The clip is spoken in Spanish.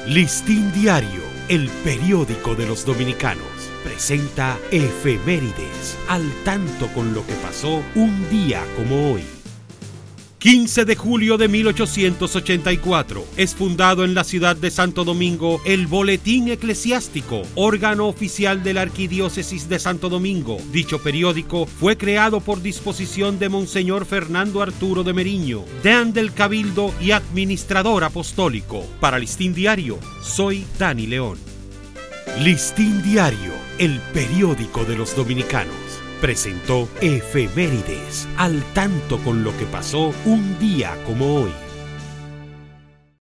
Listín Diario, el periódico de los dominicanos, presenta Efemérides, al tanto con lo que pasó un día como hoy. 15 de julio de 1884, es fundado en la ciudad de Santo Domingo el Boletín Eclesiástico, órgano oficial de la Arquidiócesis de Santo Domingo. Dicho periódico fue creado por disposición de Monseñor Fernando Arturo de Meriño, deán del Cabildo y administrador apostólico. Para Listín Diario, soy Dani León. Listín Diario, el periódico de los dominicanos, presentó Efemérides, al tanto con lo que pasó un día como hoy.